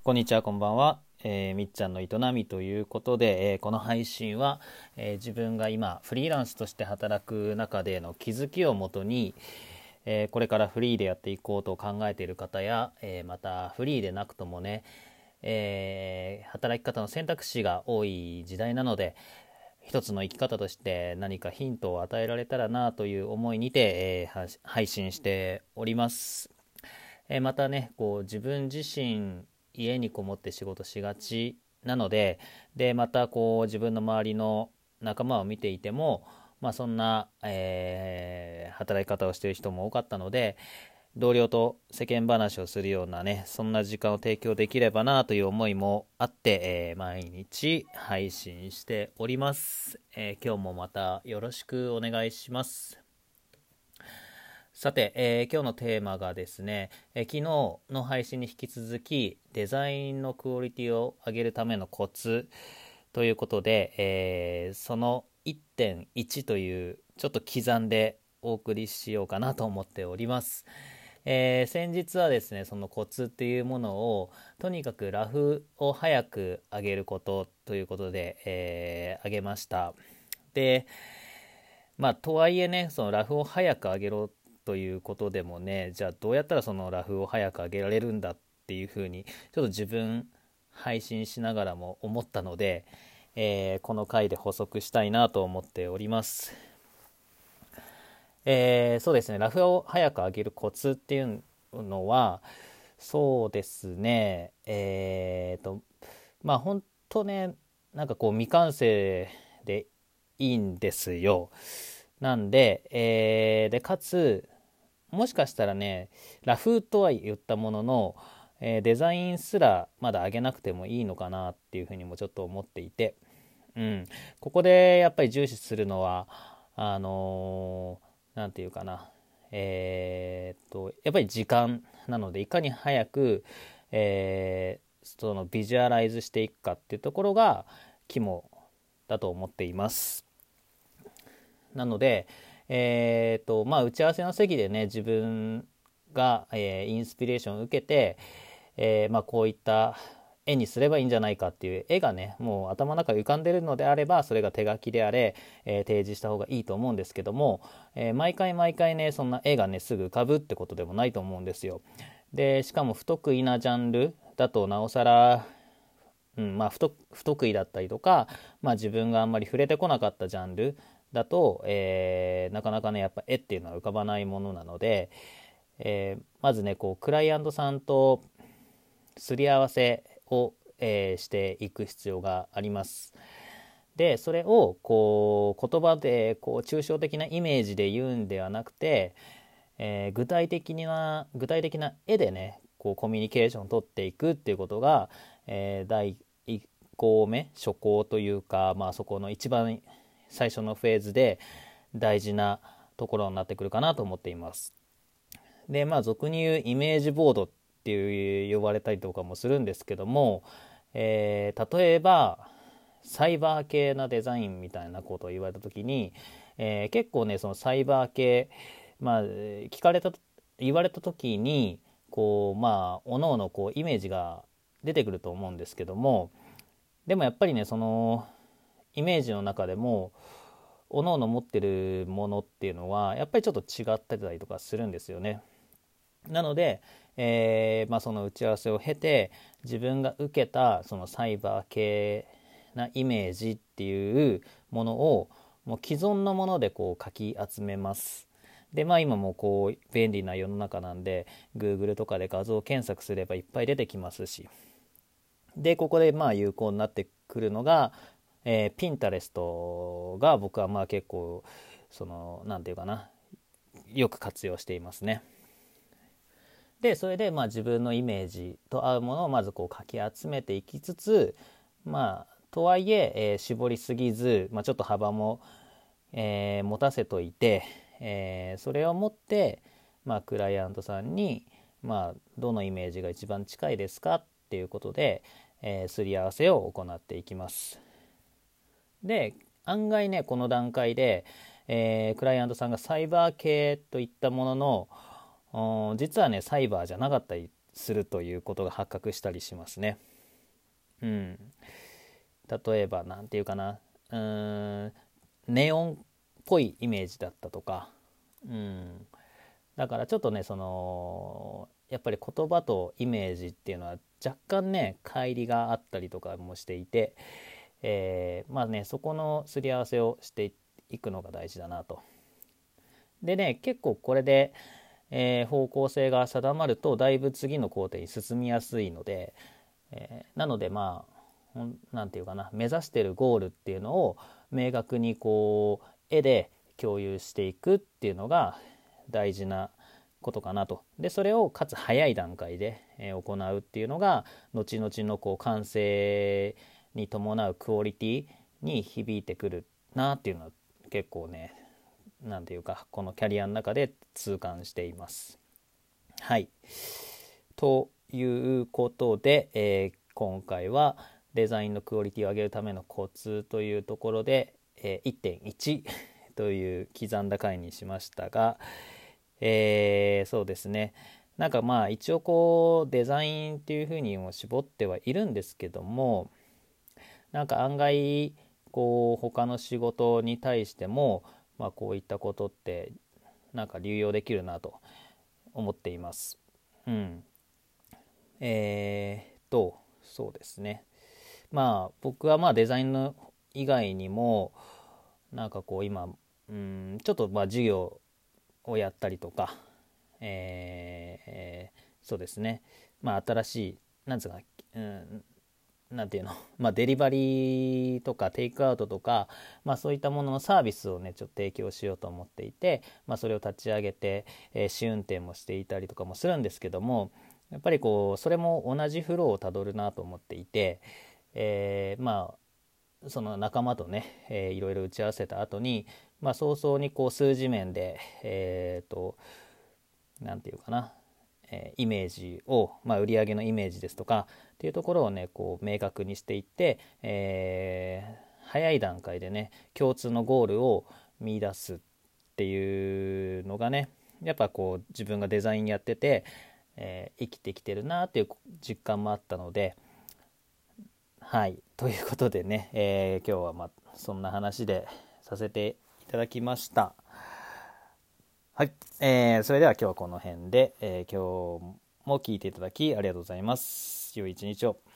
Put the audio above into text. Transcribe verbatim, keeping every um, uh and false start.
こんにちは、こんばんは。えーみっちゃんの営みということで、えーこの配信は、えー自分が今フリーランスとして働く中での気づきをもとに、えーこれからフリーでやっていこうと考えている方や、えーまたフリーでなくともね、えー働き方の選択肢が多い時代なので、一つの生き方として何かヒントを与えられたらなという思いにて、えーは配信しております。えーまたね、こう自分自身家にこもって仕事しがちなので、でまたこう自分の周りの仲間を見ていても、まあ、そんな、えー働き方をしている人も多かったので、同僚と世間話をするようなね、そんな時間を提供できればなという思いもあって、えー毎日配信しております。えー今日もまたよろしくお願いします。さて、えー今日のテーマがですね、えー昨日の配信に引き続きデザインのクオリティを上げるためのコツということで、えーそのいってんいちというちょっと刻んでお送りしようかなと思っております。えー先日はですね、そのコツっていうものをとにかくラフを早く上げることということで、えー上げました。で、まあとはいえね、そのラフを早く上げろということでもね、じゃあどうやったらそのラフを早く上げられるんだっていうふうにちょっと自分配信しながらも思ったので、えーこの回で補足したいなと思っております。えーそうですね、ラフを早く上げるコツっていうのは、そうですね、えーとまあ本当ね、なんかこう未完成でいいんですよ。なんで、えーで、かつ、もしかしたらね、ラフとは言ったものの、えーデザインすらまだ上げなくてもいいのかなっていうふうにもちょっと思っていて、うん、ここでやっぱり重視するのは、あのーなんていうかな、えーっと、やっぱり時間なので、いかに早く、えーそのビジュアライズしていくかっていうところが肝だと思っています。なので、えーとまあ、打ち合わせの席でね、自分が、えーインスピレーションを受けて、えーまあ、こういった絵にすればいいんじゃないかっていう絵がね、もう頭の中に浮かんでるのであれば、それが手書きであれ、えー提示した方がいいと思うんですけども、えー毎回毎回ね、そんな絵がねすぐ浮かぶってことでもないと思うんですよ。でしかも不得意なジャンルだとなおさら、うんまあ、不得不得意だったりとか、まあ、自分があんまり触れてこなかったジャンルだと、えーなかなかねやっぱ絵っていうのは浮かばないものなので、えーまずねこうクライアントさんとすり合わせを、えーしていく必要があります。でそれをこう言葉でこう抽象的なイメージで言うんではなくて、えー具体的な具体的な絵でねこうコミュニケーションを取っていくっていうことが、えー、第いっ項目初項というか、まあ、そこの一番最初のフェーズで大事なところになってくるかなと思っています。でまあ俗に言うイメージボードっていう呼ばれたりとかもするんですけども、えー例えばサイバー系なデザインみたいなことを言われた時に、えー結構ねそのサイバー系、まあ、聞かれた言われた時にこうまあおのおのこうイメージが出てくると思うんですけども、でもやっぱりねそのイメージの中でもおのおの持ってるものっていうのはやっぱりちょっと違ってたりとかするんですよね。なので、えーまあ、その打ち合わせを経て自分が受けたそのサイバー系なイメージっていうものをもう既存のものでこうかき集めます。でまあ今もこう便利な世の中なんで Google とかで画像検索すればいっぱい出てきますし、でここでまあ有効になってくるのが、えー、Pinterest が僕はまあ結構そのなんていうかな、よく活用していますね。でそれでまあ自分のイメージと合うものをまずこうかき集めていきつつ、まあとはいええー絞りすぎず、まあ、ちょっと幅も、えー持たせといて、えーそれを持って、まあ、クライアントさんに、まあ、どのイメージが一番近いですかっていうことで、えーすり合わせを行っていきます。で案外ねこの段階で、えークライアントさんがサイバー系といったものの、実はねサイバーじゃなかったりするということが発覚したりしますね。うん、例えばなんていうかな、うーんネオンっぽいイメージだったとか、うん、だからちょっとねそのやっぱり言葉とイメージっていうのは若干ね乖離があったりとかもしていて、えーまあねそこのすり合わせをしていくのが大事だなと。でね結構これで、えー方向性が定まるとだいぶ次の工程に進みやすいので、えーなのでまあなんていうかな、目指してるゴールっていうのを明確にこう絵で共有していくっていうのが大事なことかなと。でそれをかつ早い段階で行うっていうのが後々のこう完成に伴うクオリティに響いてくるなっていうのは結構ね、なんていうかこのキャリアの中で痛感しています。はい、ということで、えー今回はデザインのクオリティを上げるためのコツというところで、えー、いってんいち という刻んだ回にしましたが、えーそうですね、なんかまあ一応こうデザインっていうふうにも絞ってはいるんですけども、なんか案外こう他の仕事に対しても、まあ、こういったことってなんか流用できるなと思っています。うん、えーっとそうですね、まあ僕はまあデザインの以外にもなんかこう今うんちょっとまあ授業をやったりとか、えーそうですね、まあ新しいなんつうか、うん、なんていうのまあデリバリーとかテイクアウトとか、まあそういったもののサービスをねちょっと提供しようと思っていて、まあそれを立ち上げて、えー試運転もしていたりとかもするんですけども、やっぱりこうそれも同じフローをたどるなと思っていて、えーまあその仲間とね、えーいろいろ打ち合わせた後に、まあ、早々にこう数字面で、えーと、なんていうかな、えーイメージを、まあ、売上のイメージですとかっていうところをね、こう明確にしていって、えー早い段階でね、共通のゴールを見出すっていうのがね、やっぱこう自分がデザインやってて、えー生きてきてるなっていう実感もあったので、はい、ということでね、えー今日はまあそんな話でさせていただきました。はい、えーそれでは今日はこの辺で、えー今日も聞いていただきありがとうございます。良い一日を。